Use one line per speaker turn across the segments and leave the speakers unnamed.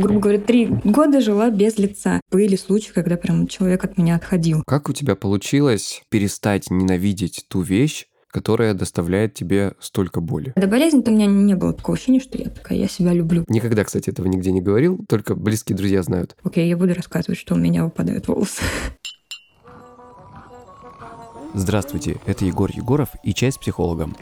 грубо говоря, 3 года жила без лица. Были случаи, когда прям человек от меня отходил.
Как у тебя получилось перестать ненавидеть ту вещь, которая доставляет тебе столько боли?
До болезни-то у меня не было такого ощущения, что я такая, я себя люблю.
Никогда, кстати, этого нигде не говорил, только близкие друзья знают.
Окей, я буду рассказывать, что у меня выпадают волосы.
Здравствуйте, это Егор Егоров и «Чай с психологом».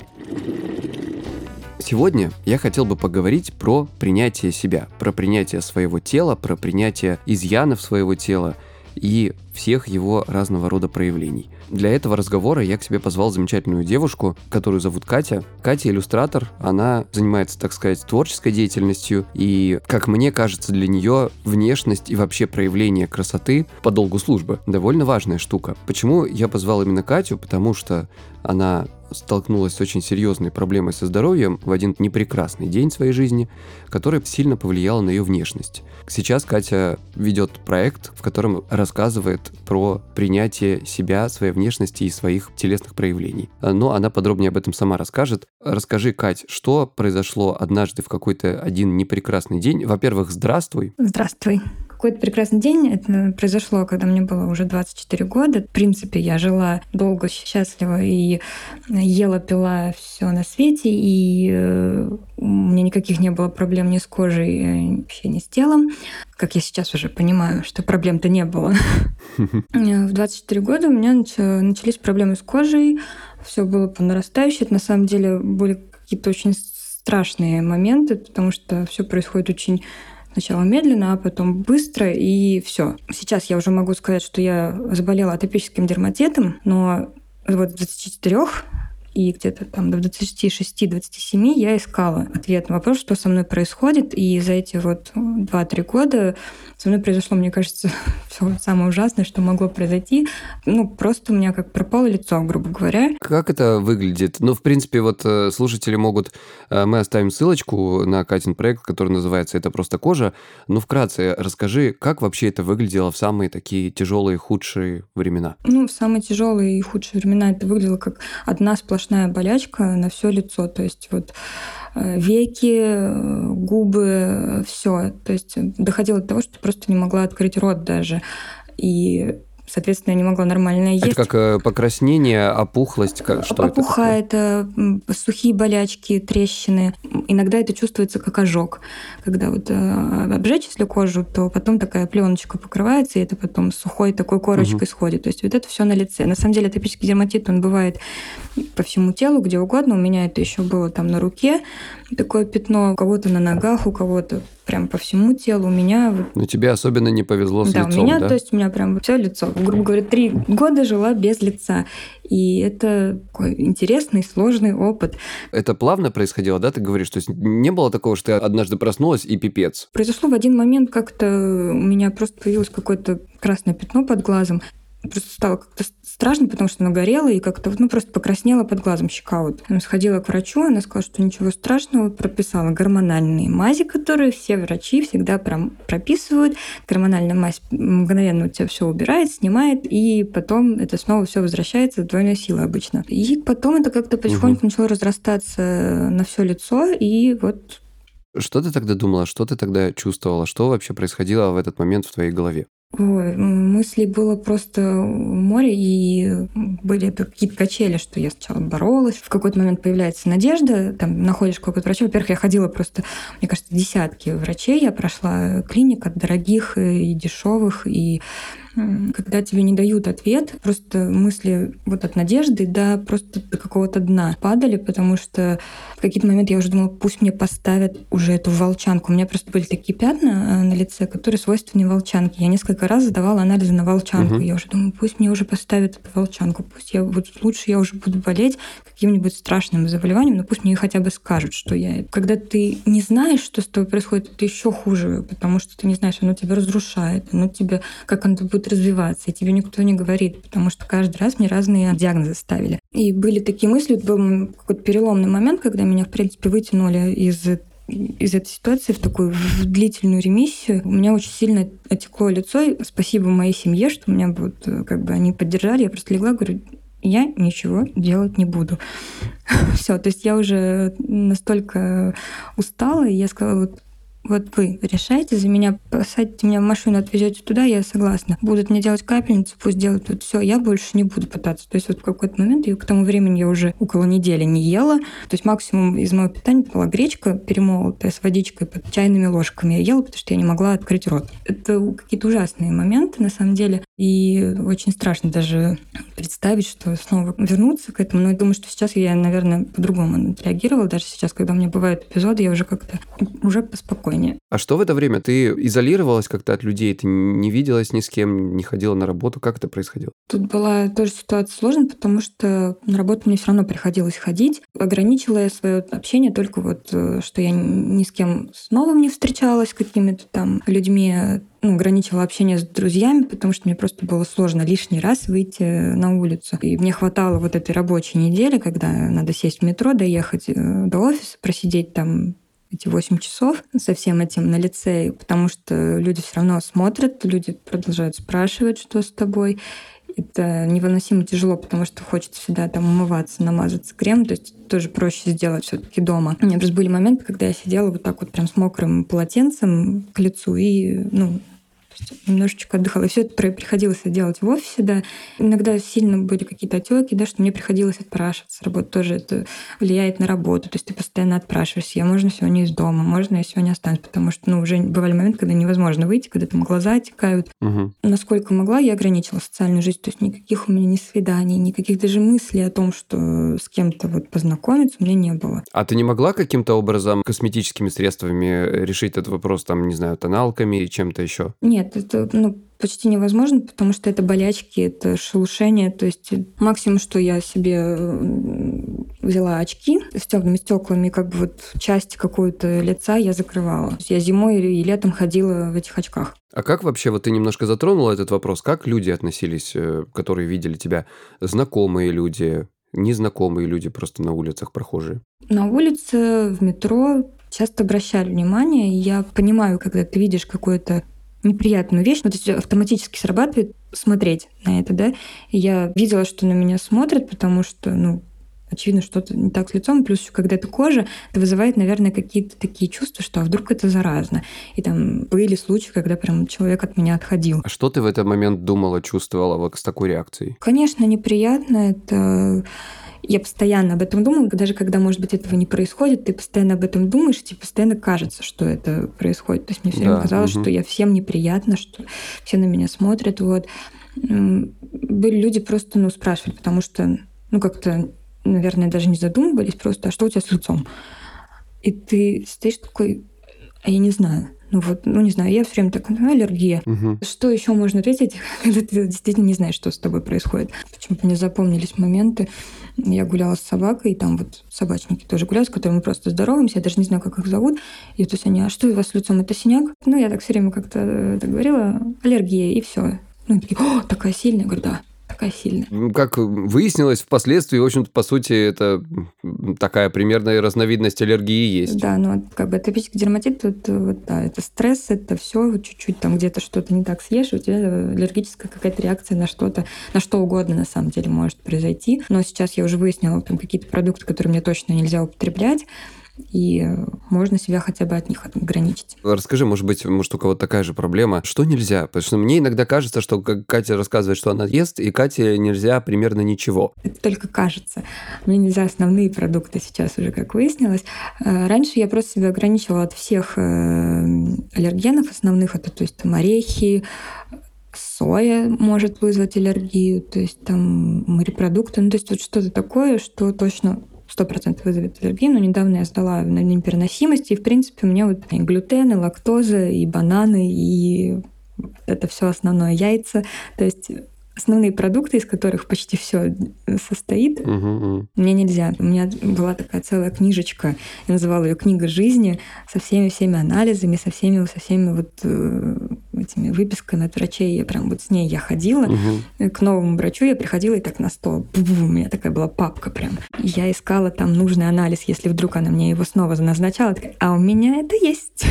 Сегодня я хотел бы поговорить про принятие себя, про принятие своего тела, про принятие изъянов своего тела и всех его разного рода проявлений. Для этого разговора я к себе позвал замечательную девушку, которую зовут Катя. Катя иллюстратор, она занимается, так сказать, творческой деятельностью, и, как мне кажется, для нее внешность и вообще проявление красоты по долгу службы довольно важная штука. Почему я позвал именно Катю? Потому что она столкнулась с очень серьезной проблемой со здоровьем в один непрекрасный день своей жизни, который сильно повлиял на ее внешность. Сейчас Катя ведет проект, в котором рассказывает про принятие себя, своей внешности и своих телесных проявлений. Но она подробнее об этом сама расскажет. Расскажи, Кать, что произошло однажды в какой-то один непрекрасный день? Во-первых, здравствуй.
Здравствуй. Какой-то прекрасный день, это произошло, когда мне было уже 24 года. В принципе, я жила долго, счастливо и ела, пила все на свете, и у меня никаких не было проблем ни с кожей, вообще ни с телом. Как я сейчас уже понимаю, что проблем-то не было. В 24 года у меня начались проблемы с кожей, все было по нарастающей. Это на самом деле были какие-то очень страшные моменты, потому что все происходит очень сначала медленно, а потом быстро, и все. Сейчас я уже могу сказать, что я заболела атопическим дерматитом, но вот с 24 и где-то там до 26-27 я искала ответ на вопрос, что со мной происходит, и за эти вот 2-3 года со мной произошло, мне кажется, все самое ужасное, что могло произойти. Просто у меня как пропало лицо, грубо говоря.
Как это выглядит? В принципе, вот слушатели могут... Мы оставим ссылочку на Катин проект, который называется «Это просто кожа». Вкратце расскажи, как вообще это выглядело в самые такие тяжелые, худшие времена?
В самые тяжелые и худшие времена это выглядело как одна сплошная болячка на все лицо. То есть вот веки, губы, все. То есть доходило до того, что просто не могла открыть рот даже. И, соответственно, я не могла нормально есть.
Это как покраснение, опухлость? Что
Опуха — это сухие болячки, трещины. Иногда это чувствуется как ожог. Когда вот обжечь, если кожу, то потом такая пленочка покрывается, и это потом сухой такой корочкой сходит. То есть вот это все на лице. На самом деле атопический дерматит, он бывает по всему телу, где угодно. У меня это еще было там на руке, такое пятно, у кого-то на ногах, у кого-то прям по всему телу. У меня...
Но тебе особенно не повезло с лицом, да?
У меня, то есть у меня прям все лицо. Грубо говоря, 3 года жила без лица. И это такой интересный, сложный опыт.
Это плавно происходило, да, ты говоришь? То есть не было такого, что ты однажды проснулась и пипец?
Произошло в один момент, как-то у меня просто появилось какое-то красное пятно под глазом. Просто стало как-то страшно, потому что оно горело и как-то просто покраснело под глазом, щека вот. Сходила к врачу, она сказала, что ничего страшного, прописала гормональные мази, которые все врачи всегда прям прописывают. Гормональная мазь мгновенно у тебя все убирает, снимает, и потом это снова все возвращается в двойной силой обычно. И потом это как-то потихоньку начало разрастаться на все лицо, и вот...
Что ты тогда думала, что ты тогда чувствовала, что вообще происходило в этот момент в твоей голове?
Ой, мыслей было просто море, и были какие-то качели, что я сначала боролась. В какой-то момент появляется надежда, там находишь какого-то врача. Во-первых, я ходила просто, мне кажется, десятки врачей. Я прошла клиник от дорогих и дешевых, и когда тебе не дают ответ, просто мысли вот от надежды просто до какого-то дна падали, потому что в какие-то моменты я уже думала, пусть мне поставят уже эту волчанку. У меня просто были такие пятна на лице, которые свойственны волчанке. Я несколько раз задавала анализы на волчанку. Я уже думаю, пусть мне уже поставят эту волчанку, пусть лучше я уже буду болеть каким-нибудь страшным заболеванием, но пусть мне хотя бы скажут, что я... Когда ты не знаешь, что с тобой происходит, это еще хуже, потому что ты не знаешь, оно тебя разрушает, как оно будет развиваться, и тебе никто не говорит, потому что каждый раз мне разные диагнозы ставили. И были такие мысли, был какой-то переломный момент, когда меня, в принципе, вытянули из этой ситуации в такую длительную ремиссию. У меня очень сильно отекло лицо. И спасибо моей семье, что меня они поддержали. Я просто легла, говорю, я ничего делать не буду. Все, то есть я уже настолько устала, и я сказала, вот вы решаете за меня, посадите меня в машину, отвезете туда, я согласна. Будут мне делать капельницу, пусть делают вот все, я больше не буду пытаться. То есть вот в какой-то момент, и к тому времени я уже около недели не ела. То есть максимум из моего питания была гречка перемолотая с водичкой под чайными ложками. Я ела, потому что я не могла открыть рот. Это какие-то ужасные моменты, на самом деле. И очень страшно даже представить, что снова вернуться к этому. Но я думаю, что сейчас я, наверное, по-другому отреагировала. Даже сейчас, когда у меня бывают эпизоды, я уже как-то уже поспокойнее.
А что в это время? Ты изолировалась как-то от людей? Ты не виделась ни с кем, не ходила на работу? Как это происходило?
Тут была тоже ситуация сложная, потому что на работу мне все равно приходилось ходить. Ограничила я свое общение только вот, что я ни с кем с новым не встречалась, с какими-то там людьми, ограничила общение с друзьями, потому что мне просто было сложно лишний раз выйти на улицу. И мне хватало вот этой рабочей недели, когда надо сесть в метро, доехать до офиса, просидеть там эти 8 часов со всем этим на лице, потому что люди все равно смотрят, люди продолжают спрашивать, что с тобой. Это невыносимо тяжело, потому что хочется всегда там умываться, намазаться кремом, то есть тоже проще сделать все-таки дома. У меня просто были моменты, когда я сидела вот так вот прям с мокрым полотенцем к лицу и, немножечко отдыхала. И все это приходилось делать в офисе, да. Иногда сильно были какие-то отеки, да, что мне приходилось отпрашиваться. Работа тоже это влияет на работу. То есть ты постоянно отпрашиваешься. Я можно сегодня из дома, можно я сегодня останусь, потому что, уже бывали моменты, когда невозможно выйти, когда там глаза отекают.
Угу.
Насколько могла, я ограничила социальную жизнь. То есть никаких у меня ни свиданий, никаких даже мыслей о том, что с кем-то вот познакомиться, у меня не было.
А ты не могла каким-то образом косметическими средствами решить этот вопрос, там, не знаю, тоналками или чем-то еще?
Нет, это почти невозможно, потому что это болячки, это шелушение. То есть максимум, что я себе взяла очки с темными стеклами, как бы вот часть какую-то лица я закрывала. То есть я зимой и летом ходила в этих очках.
А как вообще, вот ты немножко затронула этот вопрос, как люди относились, которые видели тебя? Знакомые люди, незнакомые люди просто на улицах, прохожие?
На улице, в метро часто обращали внимание. И я понимаю, когда ты видишь какую-то неприятную вещь, то есть автоматически срабатывает смотреть на это, да. И я видела, что на меня смотрят, потому что, очевидно, что-то не так с лицом. Плюс еще когда это кожа, это вызывает, наверное, какие-то такие чувства, что а вдруг это заразно. И там были случаи, когда прям человек от меня отходил.
А что ты в этот момент думала, чувствовала вот с такой реакцией?
Конечно, неприятно. Это... Я постоянно об этом думаю, даже когда, может быть, этого не происходит, ты постоянно об этом думаешь, и тебе постоянно кажется, что это происходит. То есть мне все время казалось, что я всем неприятна, что все на меня смотрят. Вот. Были люди просто, спрашивали, потому что, как-то, наверное, даже не задумывались просто, а что у тебя с лицом? И ты стоишь такой, а я не знаю. Не знаю, я все время так, аллергия. Что еще можно ответить, когда ты действительно не знаешь, что с тобой происходит? Почему-то мне запомнились моменты. Я гуляла с собакой, и там вот собачники тоже гуляют, с которыми мы просто здороваемся, я даже не знаю, как их зовут. И то есть они, а что у вас с лицом, это синяк? Я так все время как-то так говорила, аллергия, и все. Такие, такая сильная? Я говорю, да. Такая сильная.
Как выяснилось впоследствии, в общем-то, по сути, это такая примерная разновидность аллергии есть.
Да, атопический дерматит, это стресс, это все чуть-чуть там где-то что-то не так съешь, у тебя аллергическая какая-то реакция на что-то, на что угодно на самом деле может произойти. Но сейчас я уже выяснила там какие-то продукты, которые мне точно нельзя употреблять, и можно себя хотя бы от них ограничить.
Расскажи, может у кого-то такая же проблема. Что нельзя? Потому что мне иногда кажется, что Катя рассказывает, что она ест, и Кате нельзя примерно ничего.
Это только кажется. Мне нельзя основные продукты сейчас уже, как выяснилось. Раньше я просто себя ограничивала от всех аллергенов основных. Это, то есть, там орехи, соя может вызвать аллергию, то есть там морепродукты. То есть вот что-то такое, что точно 100% вызовет аллергию, но недавно я сдала на непереносимость, и, в принципе, у меня и глютен, и лактоза, и бананы, и это все основное, яйца. То есть основные продукты, из которых почти все состоит, мне нельзя. У меня была такая целая книжечка, я называла ее «Книга жизни», со всеми анализами, со всеми этими выписками от врачей. Я прям с ней я ходила. К новому врачу я приходила и так на стол. У меня такая была папка прям. Я искала там нужный анализ, если вдруг она мне его снова назначала. Такая, а у меня это есть.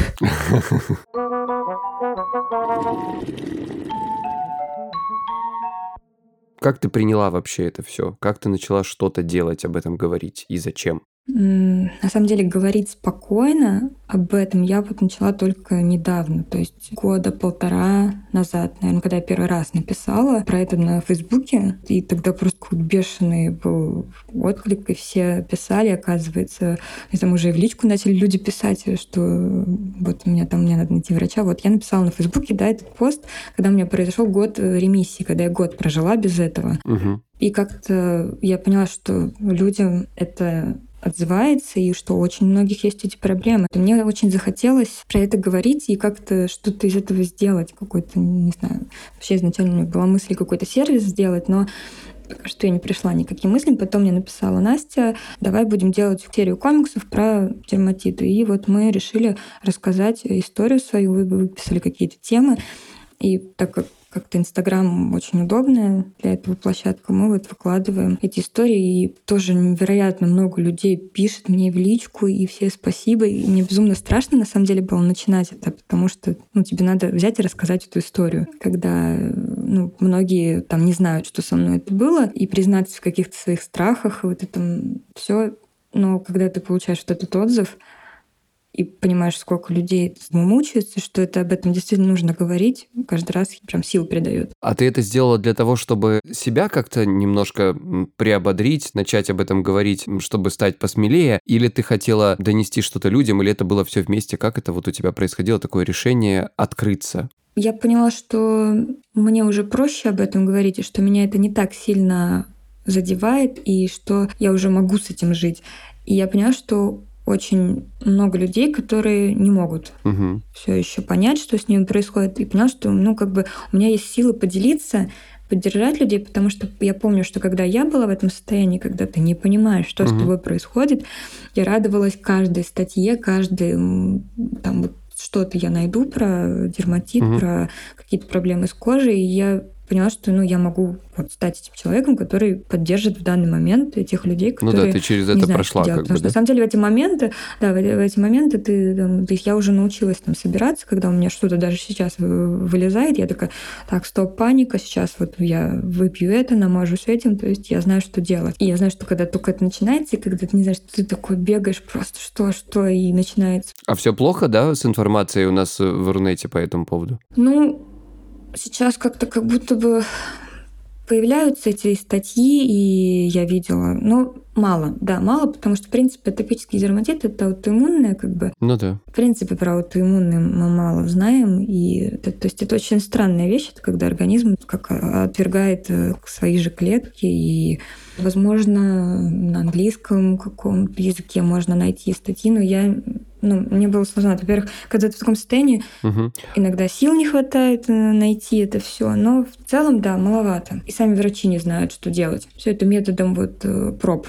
Как ты приняла вообще это все? Как ты начала что-то делать, об этом говорить и зачем?
На самом деле говорить спокойно об этом я вот начала только недавно, то есть года полтора назад, наверное, когда я первый раз написала про это на Фейсбуке, и тогда просто какой-то бешеный был отклик, и все писали, оказывается, и там уже и в личку начали люди писать, что вот мне надо найти врача. Вот я написала на Фейсбуке, да, этот пост, когда у меня произошел год ремиссии, когда я год прожила без этого.
Угу.
И как-то я поняла, что людям это отзывается, и что у очень многих есть эти проблемы. И мне очень захотелось про это говорить и как-то что-то из этого сделать, какой-то, не знаю, вообще изначально у меня была мысль какой-то сервис сделать, но пока что я не пришла ни к каким мыслям. Потом мне написала Настя, давай будем делать серию комиксов про дерматит. И вот мы решили рассказать историю свою, выписали какие-то темы. И так как-то Инстаграм очень удобная для этого площадка, мы вот выкладываем эти истории, и тоже невероятно много людей пишет мне в личку, и все спасибо. И мне безумно страшно, на самом деле, было начинать это, потому что тебе надо взять и рассказать эту историю. Когда многие там не знают, что со мной это было, и признаться в каких-то своих страхах, вот это все. Но когда ты получаешь вот этот отзыв, и понимаешь, сколько людей мучаются, что это об этом действительно нужно говорить, каждый раз прям сил придает.
А ты это сделала для того, чтобы себя как-то немножко приободрить, начать об этом говорить, чтобы стать посмелее? Или ты хотела донести что-то людям, или это было все вместе? Как это вот у тебя происходило, такое решение открыться?
Я поняла, что мне уже проще об этом говорить, и что меня это не так сильно задевает, и что я уже могу с этим жить. И я поняла, что очень много людей, которые не могут все еще понять, что с ними происходит, и поняла, что у меня есть силы поделиться, поддержать людей, потому что я помню, что когда я была в этом состоянии, когда ты не понимаешь, что с тобой происходит, я радовалась каждой статье, там вот что-то я найду про дерматит, про какие-то проблемы с кожей, и я поняла, что я могу стать этим человеком, который поддержит в данный момент этих людей, которые
ты через это прошла,
что делать. Потому что на самом деле в эти моменты я уже научилась собираться, когда у меня что-то даже сейчас вылезает, я такая, так, стоп, паника, сейчас вот я выпью это, намажусь этим, то есть я знаю, что делать. И я знаю, что когда только это начинается, и когда ты не знаешь, что ты такой бегаешь просто, что, и начинается.
А все плохо, да, с информацией у нас в Рунете по этому поводу?
Сейчас как-то как будто бы появляются эти статьи, и я видела, мало, потому что, в принципе, атопический дерматит — это аутоиммунное,
Ну да.
В принципе, про аутоиммунные мы мало знаем, и то есть это очень странная вещь, это когда организм как отвергает свои же клетки, и, возможно, на английском каком-то языке можно найти статьи, но мне было сложно. Во-первых, когда ты в таком состоянии, иногда сил не хватает найти это все, но в целом, да, маловато. И сами врачи не знают, что делать. Все это методом проб.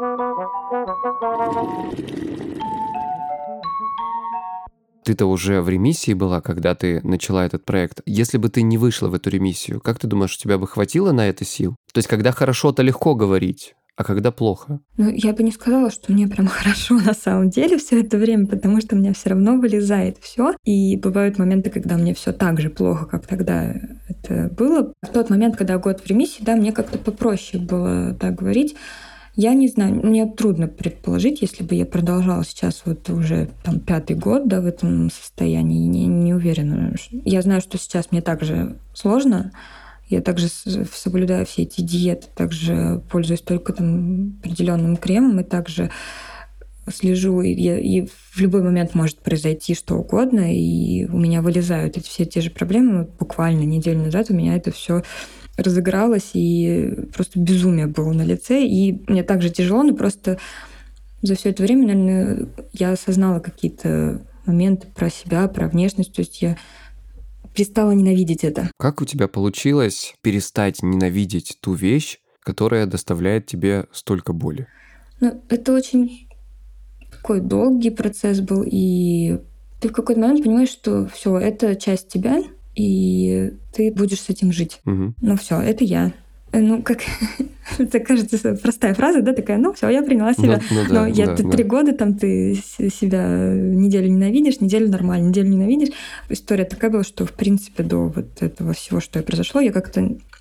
Ты-то уже в ремиссии была, когда ты начала этот проект. Если бы ты не вышла в эту ремиссию, как ты думаешь, у тебя бы хватило на это сил? То есть, когда хорошо, то легко говорить, а когда плохо?
Я бы не сказала, что мне прям хорошо на самом деле все это время, потому что у меня все равно вылезает все. И бывают моменты, когда мне все так же плохо, как тогда это было. В тот момент, когда год в ремиссии, да, мне как-то попроще было так говорить. Я не знаю, мне трудно предположить, если бы я продолжала сейчас уже 5-й год, да, в этом состоянии, не уверена. Я знаю, что сейчас мне также сложно. Я также соблюдаю все эти диеты, также пользуюсь только определенным кремом, и также слежу, и в любой момент может произойти что угодно, и у меня вылезают все те же проблемы. Буквально неделю назад у меня это все разыгралось, и просто безумие было на лице. И мне также тяжело, но просто за все это время, наверное, я осознала какие-то моменты про себя, про внешность. То есть я перестала ненавидеть это.
Как у тебя получилось перестать ненавидеть ту вещь, которая доставляет тебе столько боли?
Это очень такой долгий процесс был, и ты в какой-то момент понимаешь, что все, это часть тебя, и ты будешь с этим жить. Все, это я. Это кажется простая фраза, да, такая, все, я приняла себя. Но 3 года ты себя неделю ненавидишь, неделю нормально, неделю ненавидишь. История такая была, что, в принципе, до этого всего, что произошло, я как-то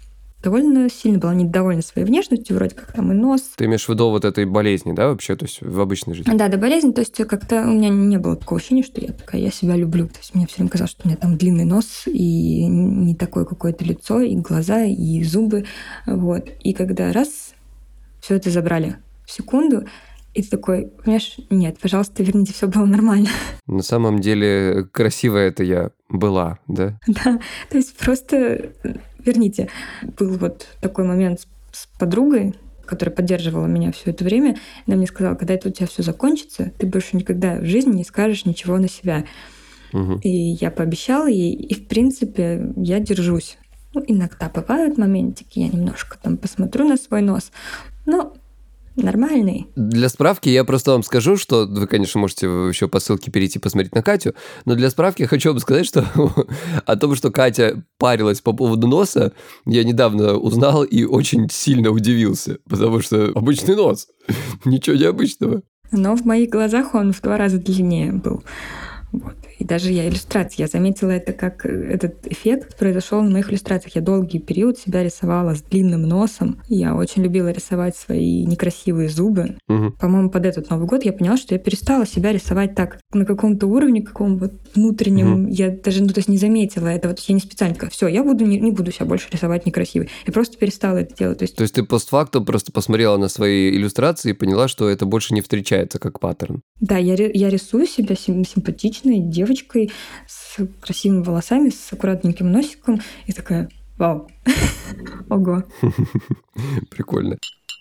довольно сильно была недовольна своей внешностью, вроде как там и нос.
Ты имеешь в виду вот этой болезни, да, вообще, то есть в обычной жизни?
Да, до болезни, то есть как-то у меня не было такого ощущения, что я такая, я себя люблю. То есть мне все время казалось, что у меня там длинный нос и не такое какое-то лицо, и глаза, и зубы. Вот. И когда раз, все это забрали в секунду, и ты такой, понимаешь, нет, пожалуйста, верните, все было нормально.
На самом деле красивая это я была, да?
Да, то есть просто верните. Был вот такой момент с подругой, которая поддерживала меня все это время. Она мне сказала, когда это у тебя все закончится, ты больше никогда в жизни не скажешь ничего на себя.
Угу.
И я пообещала ей, и в принципе я держусь. Ну, иногда бывают моментики, я немножко там посмотрю на свой нос, но нормальный.
Для справки я просто вам скажу, что вы, конечно, можете еще по ссылке перейти посмотреть на Катю, но для справки я хочу вам сказать, что о том, что Катя парилась по поводу носа, я недавно узнал и очень сильно удивился, потому что обычный нос, ничего необычного.
Но в моих глазах он в 2 раза длиннее был. Вот. И даже я заметила это как этот эффект произошел на моих иллюстрациях. Я долгий период себя рисовала с длинным носом. Я очень любила рисовать свои некрасивые зубы.
Угу.
По-моему, под этот Новый год я поняла, что я перестала себя рисовать так на каком-то уровне, каком вот внутреннем. Я даже не заметила этого. Я не специально такая, все, я не буду себя больше рисовать некрасивой. Я просто перестала это делать.
То есть ты постфактум просто посмотрела на свои иллюстрации и поняла, что это больше не встречается как паттерн.
Да, я рисую себя симпатичной девочкой с красивыми волосами, с аккуратненьким носиком. И такая, вау, ого.
Прикольно.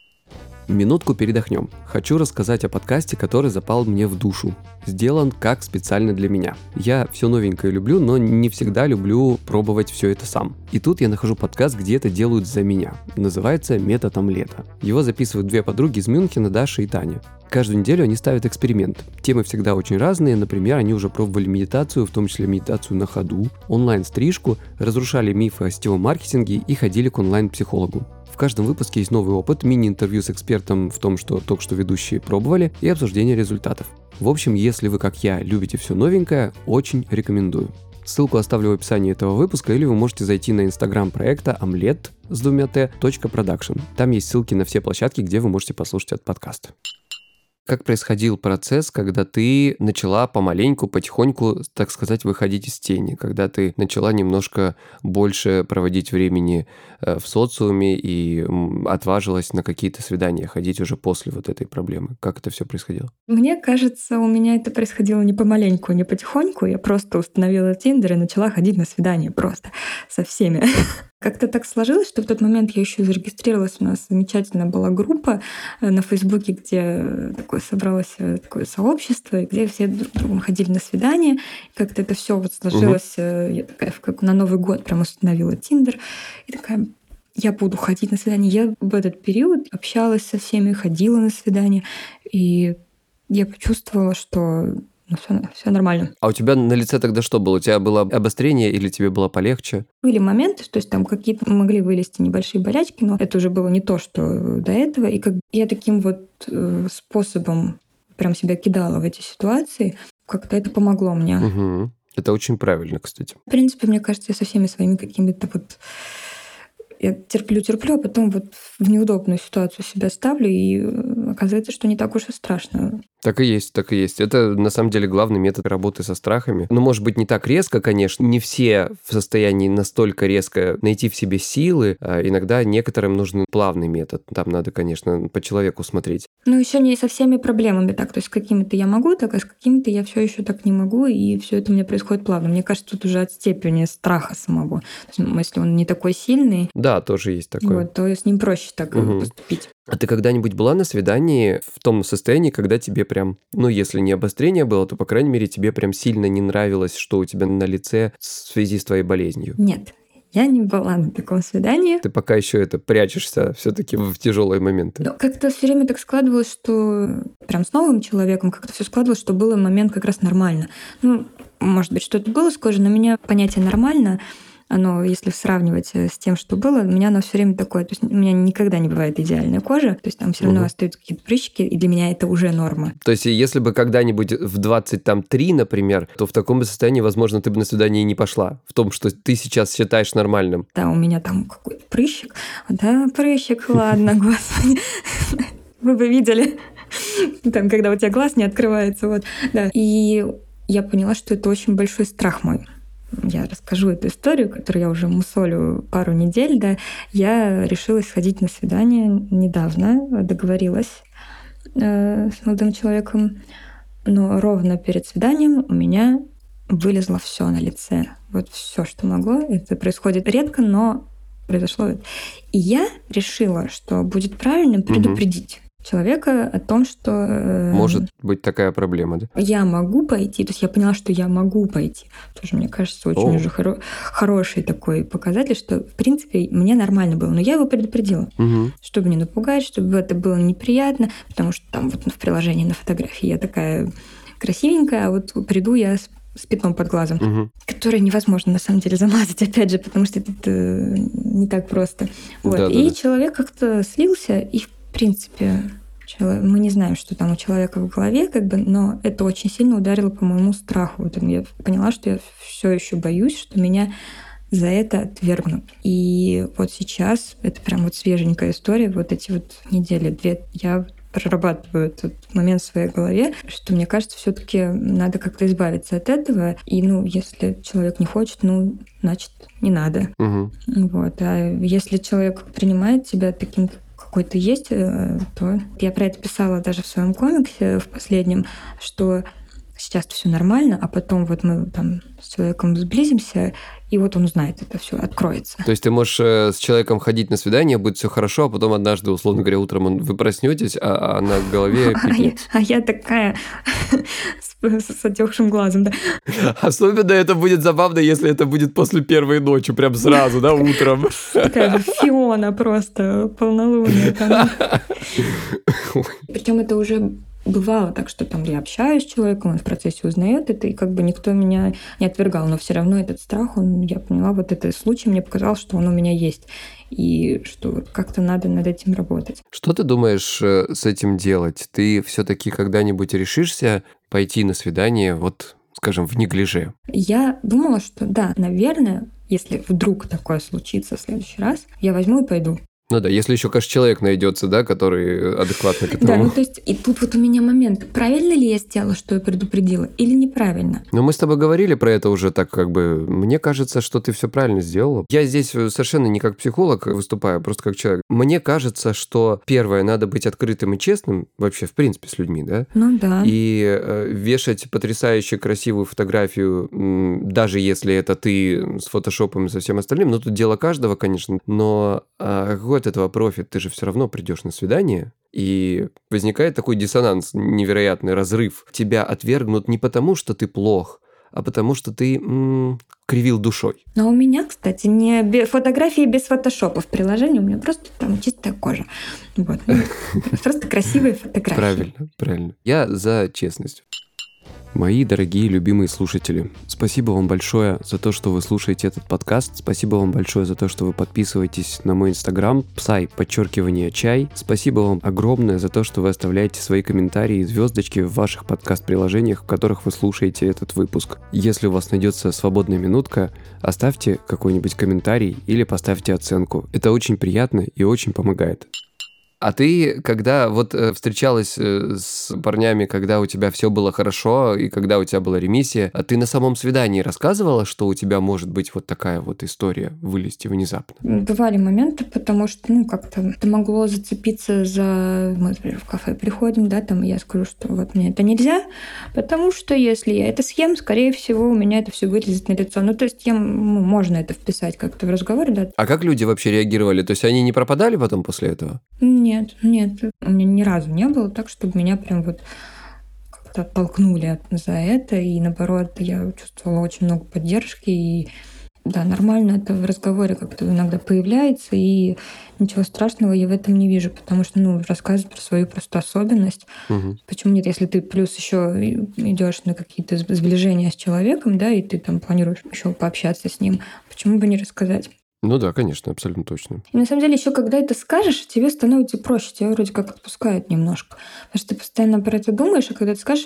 Минутку передохнем. Хочу рассказать о подкасте, который запал мне в душу. Сделан как специально для меня. Я все новенькое люблю, но не всегда люблю пробовать все это сам. И тут я нахожу подкаст, где это делают за меня. Называется «Метод омлета». Его записывают 2 подруги из Мюнхена, Даша и Таня. Каждую неделю они ставят эксперимент. Темы всегда очень разные. Например, они уже пробовали медитацию, в том числе медитацию на ходу, онлайн-стрижку, разрушали мифы о сетевом маркетинге и ходили к онлайн-психологу. В каждом выпуске есть новый опыт, мини-интервью с экспертом в том, что только что ведущие пробовали, и обсуждение результатов. В общем, если вы, как я, любите все новенькое, очень рекомендую. Ссылку оставлю в описании этого выпуска, или вы можете зайти на инстаграм проекта omlet с 2 t.production. Там есть ссылки на все площадки, где вы можете послушать этот подкаст. Как происходил процесс, когда ты начала помаленьку, потихоньку, так сказать, выходить из тени, когда ты начала немножко больше проводить времени в социуме и отважилась на какие-то свидания ходить уже после вот этой проблемы? Как это все происходило?
Мне кажется, у меня это происходило не помаленьку, не потихоньку. Я просто установила Тиндер и начала ходить на свидания просто со всеми. Как-то так сложилось, что в тот момент я еще зарегистрировалась. У нас замечательная была группа на Фейсбуке, где собралось такое сообщество, где все друг с другом ходили на свидания. Как-то это все вот сложилось. Я такая, как на Новый год прям установила Тиндер. И такая, я буду ходить на свидания. Я в этот период общалась со всеми, ходила на свидания. И я почувствовала, что все нормально.
А у тебя на лице тогда что было? У тебя было обострение или тебе было полегче?
Были моменты, то есть там какие-то могли вылезти небольшие болячки, но это уже было не то, что до этого. И как я таким вот способом прям себя кидала в эти ситуации, как-то это помогло мне.
Угу. Это очень правильно, кстати.
В принципе, мне кажется, я со всеми своими какими-то вот... Я терплю, а потом вот в неудобную ситуацию себя ставлю, и оказывается, что не так уж и страшно.
Так и есть, так и есть. Это, на самом деле, главный метод работы со страхами. Ну, может быть, не так резко, конечно. Не все в состоянии настолько резко найти в себе силы. Иногда некоторым нужен плавный метод. Там надо, конечно, по человеку смотреть.
Ну, еще не со всеми проблемами так. То есть с какими-то я могу так, а с какими-то я все еще так не могу, и все это у меня происходит плавно. Мне кажется, тут уже от степени страха самого. То есть, если он не такой сильный,
да, тоже есть такое.
Вот, то с ним проще так поступить.
А ты когда-нибудь была на свидании в том состоянии, когда тебе прям, ну, если не обострение было, то, по крайней мере, тебе прям сильно не нравилось, что у тебя на лице в связи с твоей болезнью?
Нет, я не была на таком свидании.
Ты пока еще прячешься все-таки в тяжелые моменты.
Но как-то все время так складывалось, что прям с новым человеком как-то все складывалось, что был момент как раз нормально. Ну, может быть, что-то было схоже, но у меня понятие «нормально», оно, если сравнивать с тем, что было, у меня оно все время такое. То есть у меня никогда не бывает идеальная кожа, то есть там все равно остаются какие-то прыщики, и для меня это уже норма.
То есть если бы когда-нибудь в 23, например, то в таком бы состоянии, возможно, ты бы на свидание и не пошла. В том, что ты сейчас считаешь нормальным.
Да, у меня там какой-то прыщик. Да, прыщик, ладно, господи. Вы бы видели, там, когда у тебя глаз не открывается. Вот. Да. И я поняла, что это очень большой страх мой. Я расскажу эту историю, которую я уже мусолю пару недель. Да. Я решила сходить на свидание недавно, договорилась с молодым человеком. Но ровно перед свиданием у меня вылезло все на лице. Вот все, что могло. Это происходит редко, но произошло. И я решила, что будет правильным предупредить человека о том, что...
Может быть такая проблема, да?
Я могу пойти, то есть я поняла, что я могу пойти. Тоже, мне кажется, очень уже хороший такой показатель, что, в принципе, мне нормально было. Но я его предупредила, чтобы не напугать, чтобы это было неприятно, потому что там вот в приложении на фотографии я такая красивенькая, а вот приду я с пятном под глазом, которое невозможно на самом деле замазать, опять же, потому что это не так просто. Вот.
Да,
и человек как-то слился, и в принципе мы не знаем, что там у человека в голове, но это очень сильно ударило по моему страху. Вот я поняла, что я все еще боюсь, что меня за это отвергнут. И вот сейчас, это прям вот свеженькая история, вот эти вот недели-две я прорабатываю этот момент в своей голове, что мне кажется, все-таки надо как-то избавиться от этого. И, если человек не хочет, значит, не надо. Вот. А если человек принимает тебя таким, какой ты есть, то я про это писала даже в своем комиксе в последнем, что сейчас все нормально, а потом вот мы там с человеком сблизимся, и вот он узнает это все, откроется.
То есть ты можешь с человеком ходить на свидание, будет все хорошо, а потом однажды, условно говоря, утром вы проснетесь, а на голове пипец.
А я такая с отекшим глазом, да.
Особенно это будет забавно, если это будет после первой ночи, прям сразу, да, утром.
Такая Фиона просто, полнолуние. Причем это уже бывало так, что там я общаюсь с человеком, он в процессе узнает это, и никто меня не отвергал, но все равно этот страх, я поняла, вот этот случай мне показал, что он у меня есть, и что как-то надо над этим работать.
Что ты думаешь с этим делать? Ты все-таки когда-нибудь решишься пойти на свидание, вот, скажем, в неглиже?
Я думала, что да, наверное, если вдруг такое случится в следующий раз, я возьму и пойду.
Ну да, если еще, конечно, человек найдется, да, который адекватно к этому.
Да, то есть и тут вот у меня момент, правильно ли я сделала, что я предупредила, или неправильно?
Но мы с тобой говорили про это уже так мне кажется, что ты все правильно сделала. Я здесь совершенно не как психолог выступаю, просто как человек. Мне кажется, что первое, надо быть открытым и честным вообще, в принципе, с людьми, да?
Ну да.
И вешать потрясающе красивую фотографию, даже если это ты с фотошопом и со всем остальным, тут дело каждого, конечно, но какой от этого профит? Ты же все равно придешь на свидание, и возникает такой диссонанс, невероятный разрыв. Тебя отвергнут не потому, что ты плох, а потому что ты кривил душой.
Но у меня, кстати, не фотографии без фотошопа в приложении, у меня просто там чистая кожа. Вот. Просто красивые фотографии.
Правильно. Я за честность. Мои дорогие любимые слушатели, спасибо вам большое за то, что вы слушаете этот подкаст. Спасибо вам большое за то, что вы подписываетесь на мой инстаграм psy_чай. Спасибо вам огромное за то, что вы оставляете свои комментарии и звездочки в ваших подкаст-приложениях, в которых вы слушаете этот выпуск. Если у вас найдется свободная минутка, оставьте какой-нибудь комментарий или поставьте оценку. Это очень приятно и очень помогает. А ты, когда встречалась с парнями, когда у тебя все было хорошо и когда у тебя была ремиссия, а ты на самом свидании рассказывала, что у тебя может быть вот такая вот история вылезти внезапно?
Бывали моменты, потому что, как-то это могло зацепиться за... Мы, например, в кафе приходим, да, там, и я скажу, что вот мне это нельзя, потому что если я это съем, скорее всего, у меня это все вылезет на лицо. То есть можно это вписать как-то в разговор, да.
А как люди вообще реагировали? То есть они не пропадали потом после этого?
Нет. У меня ни разу не было так, чтобы меня прям как-то оттолкнули за это. И наоборот, я чувствовала очень много поддержки. И Да, нормально это в разговоре как-то иногда появляется, и ничего страшного я в этом не вижу, потому что, рассказывать про свою просто особенность.
Мгм.
Почему нет, если ты плюс еще идешь на какие-то сближения с человеком, да, и ты там планируешь еще пообщаться с ним, почему бы не рассказать?
Ну да, конечно, абсолютно точно.
И на самом деле еще когда это скажешь, тебе становится проще, тебя вроде как отпускает немножко. Потому что ты постоянно про это думаешь, а когда ты скажешь,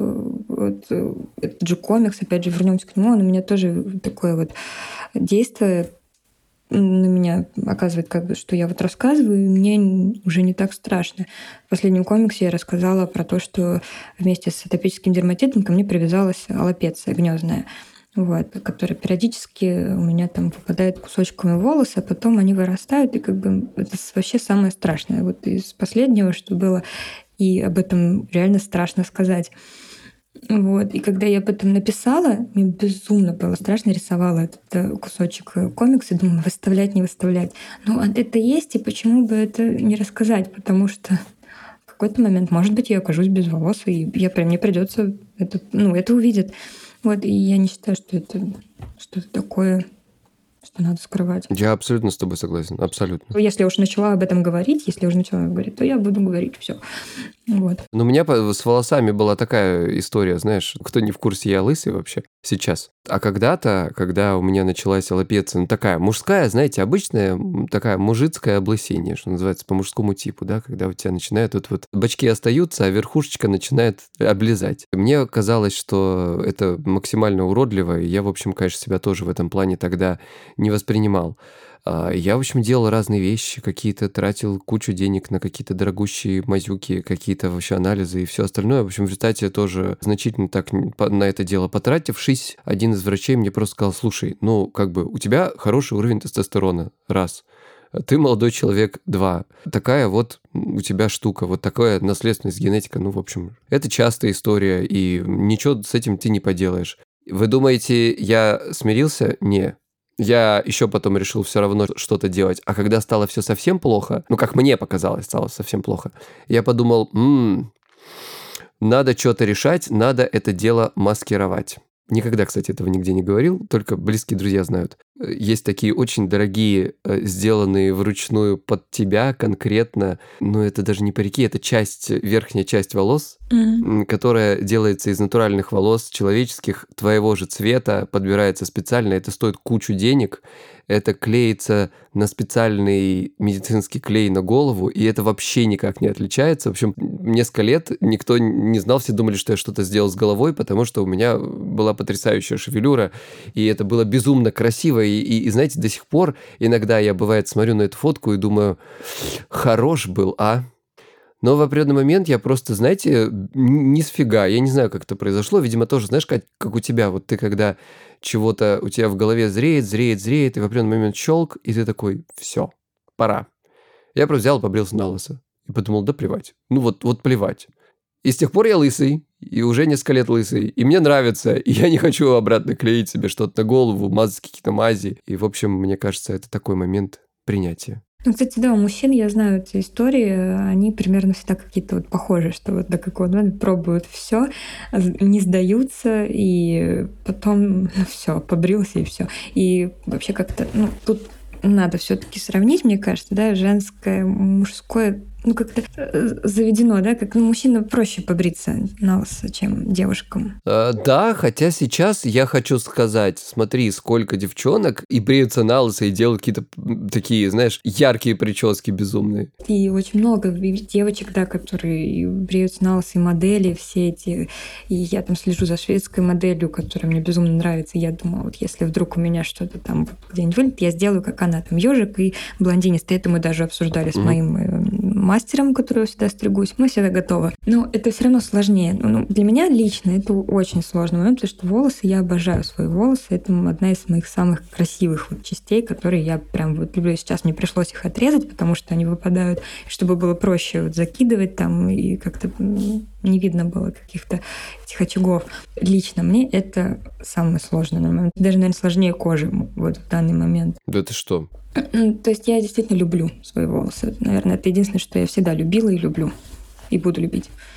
этот же комикс, опять же, вернемся к нему, он у меня тоже такое вот действие на меня оказывает, как бы, что я вот рассказываю, и мне уже не так страшно. В последнем комиксе я рассказала про то, что вместе с атопическим дерматитом ко мне привязалась аллопеция гнездная, вот, которая периодически у меня там выпадает кусочками волосы, а потом они вырастают, и как бы это вообще самое страшное. Вот из последнего, что было, и об этом реально страшно сказать. Вот. И когда я об этом написала, мне безумно было страшно, рисовала этот кусочек комикса, думаю, выставлять, не выставлять. Но это есть, и почему бы это не рассказать? Потому что в какой-то момент, может быть, я окажусь без волос, и мне придется это увидят. Вот, и я не считаю, что это что-то такое, что надо скрывать.
Я абсолютно с тобой согласен, абсолютно.
Если я уже начала об этом говорить, то я буду говорить все. Вот.
Но у меня с волосами была такая история, знаешь, кто не в курсе, я лысый вообще сейчас. А когда-то, когда у меня началась аллопеция, такая мужская, знаете, обычная такая мужицкое облысение, что называется, по мужскому типу, да, когда у тебя начинают вот бочки остаются, а верхушечка начинает облезать. Мне казалось, что это максимально уродливо, и я, в общем, конечно, себя тоже в этом плане тогда не воспринимал. Я, в общем, делал разные вещи, какие-то тратил кучу денег на какие-то дорогущие мазюки, какие-то вообще анализы и все остальное. В общем, в результате тоже значительно так на это дело потратившись, один из врачей мне просто сказал: слушай, у тебя хороший уровень тестостерона, раз. Ты молодой человек, два. Такая вот у тебя штука, вот такая наследственность, генетика. В общем, это частая история, и ничего с этим ты не поделаешь. Вы думаете, я смирился? Не. Я еще потом решил все равно что-то делать. А когда стало все совсем плохо, как мне показалось, стало совсем плохо, я подумал, надо что-то решать, надо это дело маскировать. Никогда, кстати, этого нигде не говорил, только близкие друзья знают. Есть такие очень дорогие, сделанные вручную под тебя конкретно, это даже не парики, это верхняя часть волос, которая делается из натуральных волос человеческих, твоего же цвета, подбирается специально, это стоит кучу денег, это клеится на специальный медицинский клей на голову, и это вообще никак не отличается. В общем, несколько лет никто не знал, все думали, что я что-то сделал с головой, потому что у меня была потрясающая шевелюра, и это было безумно красиво, и знаете, до сих пор иногда я, бывает, смотрю на эту фотку и думаю, хорош был, а? Но в определенный момент я просто, знаете, ни сфига, я не знаю, как это произошло, видимо, тоже, знаешь, как у тебя, вот ты когда чего-то у тебя в голове зреет, и в определенный момент щелк, и ты такой, все, пора. Я просто взял и побрился на лысо, и подумал, да плевать, вот плевать. И с тех пор я лысый, и уже несколько лет лысый, и мне нравится, и я не хочу обратно клеить себе что-то на голову, мазать какие-то мази, и, в общем, мне кажется, это такой момент принятия.
Кстати, да, у мужчин, я знаю эти истории, они примерно всегда какие-то вот похожие, что вот до какого-то момента пробуют все, не сдаются, и потом все, побрился и все. И вообще как-то, тут надо все-таки сравнить, мне кажется, да, женское, мужское, как-то заведено, да, как мужчина проще побриться на лысо, чем девушкам.
Да, хотя сейчас я хочу сказать, смотри, сколько девчонок и бреются на лысо, и делают какие-то такие, знаешь, яркие прически безумные.
И очень много девочек, да, которые бреются на лысо, и модели все эти. И я там слежу за шведской моделью, которая мне безумно нравится. И я думаю, вот если вдруг у меня что-то там где-нибудь вылет, я сделаю, как она, там, ежик и блондинистый. Это мы даже обсуждали с моим мастером, которого всегда стригусь. Мы всегда готовы. Но это все равно сложнее. Для меня лично это очень сложный момент, потому что волосы, я обожаю свои волосы. Это одна из моих самых красивых частей, которые я прям люблю. Сейчас мне пришлось их отрезать, потому что они выпадают, чтобы было проще закидывать там, и как-то не видно было каких-то этих очагов. Лично мне это самое сложное момент. Даже, наверное, сложнее кожи в данный момент.
Да ты что?
То есть я действительно люблю свои волосы. Наверное, это единственное, что я всегда любила и люблю. И буду любить.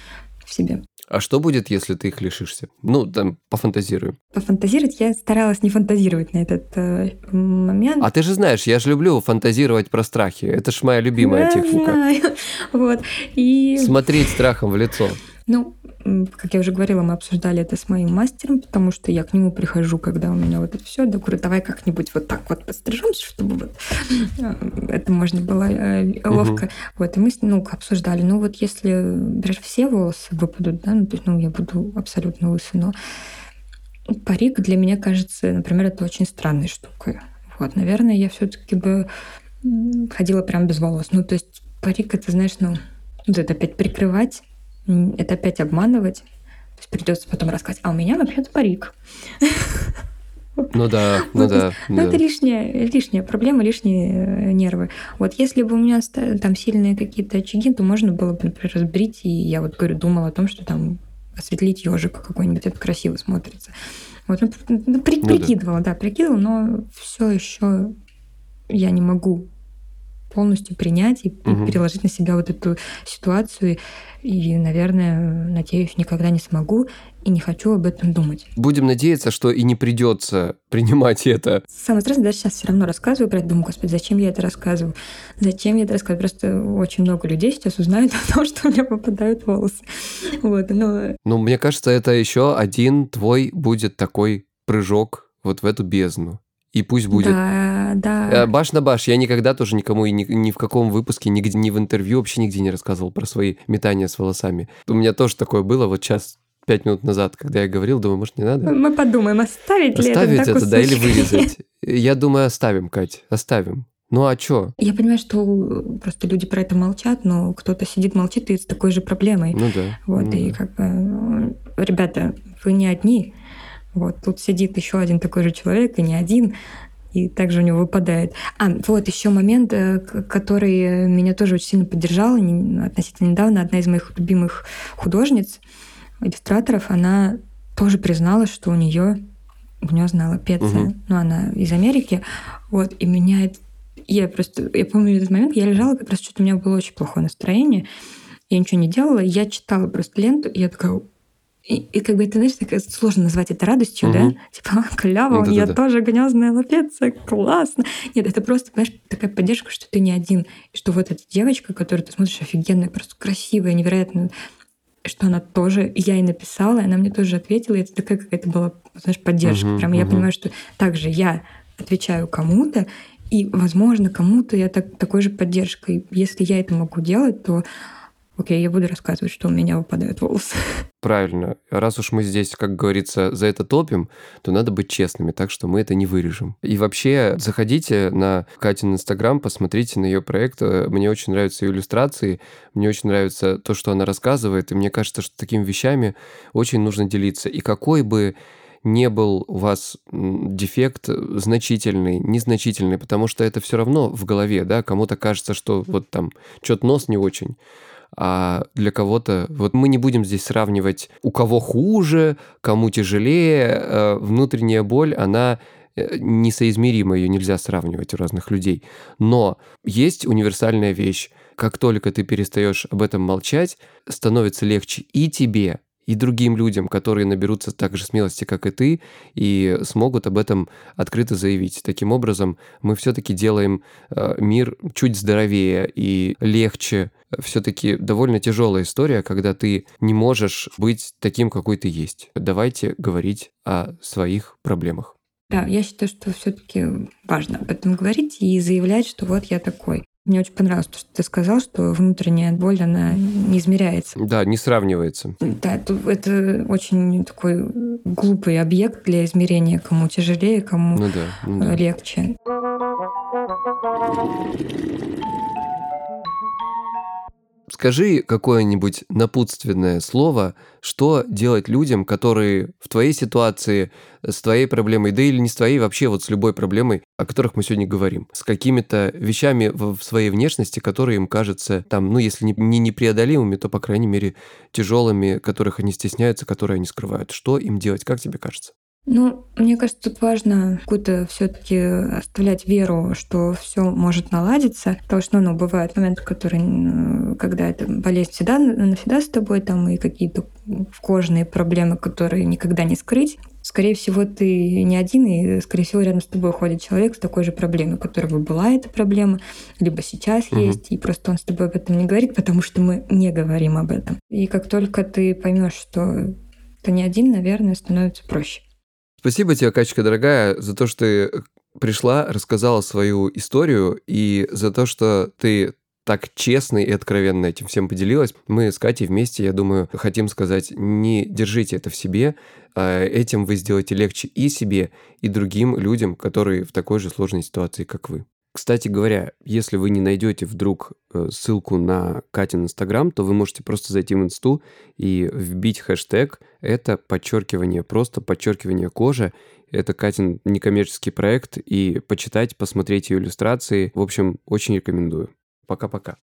в себе.
А что будет, если ты их лишишься? Ну, там, пофантазируем.
Пофантазировать я старалась не фантазировать на этот момент.
А ты же знаешь, я же люблю фантазировать про страхи. Это ж моя любимая
Я
техника.
знаю. Вот. И,
Смотреть страхом в лицо.
ну, как я уже говорила, мы обсуждали это с моим мастером, потому что я к нему прихожу, когда у меня вот это все, да, говорю, давай как-нибудь вот так вот пострижемся, чтобы вот это можно было ловко. Вот, и мы обсуждали, ну вот если, например, все волосы выпадут, да, ну, то есть, я буду абсолютно лысой, но парик для меня кажется, например, это очень странной штукой. Вот, наверное, я все-таки бы ходила прям без волос. Ну, то есть парик, это, знаешь, вот это опять прикрывать, это опять обманывать. То есть придется потом рассказать, а у меня вообще-то парик.
Ну да, ну да.
Это лишняя проблема, лишние нервы. Вот если бы у меня там сильные какие-то очаги, то можно было бы, например, разбрить, и я вот говорю, думала о том, что там осветлить ежик какой-нибудь, это красиво смотрится. Вот, прикидывала, но все еще я не могу полностью принять и переложить на себя вот эту ситуацию. И, наверное, надеюсь, никогда не смогу и не хочу об этом думать.
Будем надеяться, что и не придется принимать это.
Самое страшное, даже сейчас все равно рассказываю про это, думаю, господи, зачем я это рассказываю? Просто очень много людей сейчас узнают о том, что у меня попадают волосы. Вот,
Ну, мне кажется, это еще один твой будет такой прыжок вот в эту бездну. И пусть будет.
Да.
Баш на баш. Я никогда тоже никому и ни в каком выпуске, нигде, ни в интервью вообще нигде не рассказывал про свои метания с волосами. У меня тоже такое было вот сейчас, 5 минут назад, когда я говорил, думаю, может, не надо?
Мы подумаем, оставить ли
это, да, или вырезать. Я думаю, оставим, Кать, оставим. Ну а чё?
Я понимаю, что просто люди про это молчат, но кто-то сидит, молчит и с такой же проблемой.
Ну да.
Вот, и как бы, ребята, вы не одни. Вот, тут сидит еще один такой же человек, и не один, и также у него выпадает. Вот еще момент, который меня тоже очень сильно поддержал относительно недавно. Одна из моих любимых художниц, иллюстраторов, она тоже призналась, что у нее гнездная аллопеция. Ну, она из Америки. Вот, и меня это... Я помню этот момент, я лежала, как раз что-то у меня было очень плохое настроение, я ничего не делала, я читала просто ленту, и я такая... И как бы это, знаешь, так сложно назвать это радостью, да? Типа, клево, у меня тоже гнездная аллопеция, классно. Нет, это просто, знаешь, такая поддержка, что ты не один. И что вот эта девочка, которую ты смотришь, офигенная, просто красивая, невероятно, что она тоже, и я ей написала, и она мне тоже ответила, и это такая какая-то была, знаешь, поддержка. Прям я понимаю, что также я отвечаю кому-то, и, возможно, кому-то я такой же поддержкой. Если я это могу делать, то окей, я буду рассказывать, что у меня выпадают волосы.
Правильно. Раз уж мы здесь, как говорится, за это топим, то надо быть честными, так что мы это не вырежем. И вообще, заходите на Катин Инстаграм, посмотрите на ее проект. Мне очень нравятся ее иллюстрации, мне очень нравится то, что она рассказывает, и мне кажется, что такими вещами очень нужно делиться. И какой бы не был у вас дефект значительный, незначительный, потому что это все равно в голове, да, кому-то кажется, что вот там что-то нос не очень, а для кого-то... Вот мы не будем здесь сравнивать, у кого хуже, кому тяжелее. Внутренняя боль, она несоизмерима, ее нельзя сравнивать у разных людей. Но есть универсальная вещь. Как только ты перестаешь об этом молчать, становится легче и тебе, и другим людям, которые наберутся так же смелости, как и ты, и смогут об этом открыто заявить. Таким образом, мы все-таки делаем мир чуть здоровее и легче. Все-таки довольно тяжелая история, когда ты не можешь быть таким, какой ты есть. Давайте говорить о своих проблемах.
Да, я считаю, что все-таки важно об этом говорить и заявлять, что вот я такой. Мне очень понравилось то, что ты сказал, что внутренняя боль, она не измеряется.
Да, не сравнивается.
Да, это очень такой глупый объект для измерения, кому тяжелее, кому легче.
Скажи какое-нибудь напутственное слово, что делать людям, которые в твоей ситуации, с твоей проблемой, да или не с твоей, вообще вот с любой проблемой, о которых мы сегодня говорим, с какими-то вещами в своей внешности, которые им кажутся, там, ну, если не непреодолимыми, то, по крайней мере, тяжелыми, которых они стесняются, которые они скрывают. Что им делать, как тебе кажется?
Ну, мне кажется, тут важно какую-то все-таки оставлять веру, что все может наладиться. Потому что, ну, бывают моменты, которые, когда эта болезнь всегда навсегда с тобой, там и какие-то кожные проблемы, которые никогда не скрыть. Скорее всего, ты не один, и, скорее всего, рядом с тобой ходит человек с такой же проблемой, у которого была эта проблема, либо сейчас есть, и просто он с тобой об этом не говорит, потому что мы не говорим об этом. И как только ты поймешь, что ты не один, наверное, становится проще.
Спасибо тебе, Катечка, дорогая, за то, что ты пришла, рассказала свою историю и за то, что ты так честно и откровенно этим всем поделилась. Мы с Катей вместе, я думаю, хотим сказать, не держите это в себе, этим вы сделаете легче и себе, и другим людям, которые в такой же сложной ситуации, как вы. Кстати говоря, если вы не найдете вдруг ссылку на Катин Инстаграм, то вы можете просто зайти в Инсту и вбить хэштег «это подчеркивание, просто подчеркивание кожи». Это Катин некоммерческий проект, и почитать, посмотреть ее иллюстрации. В общем, очень рекомендую. Пока-пока.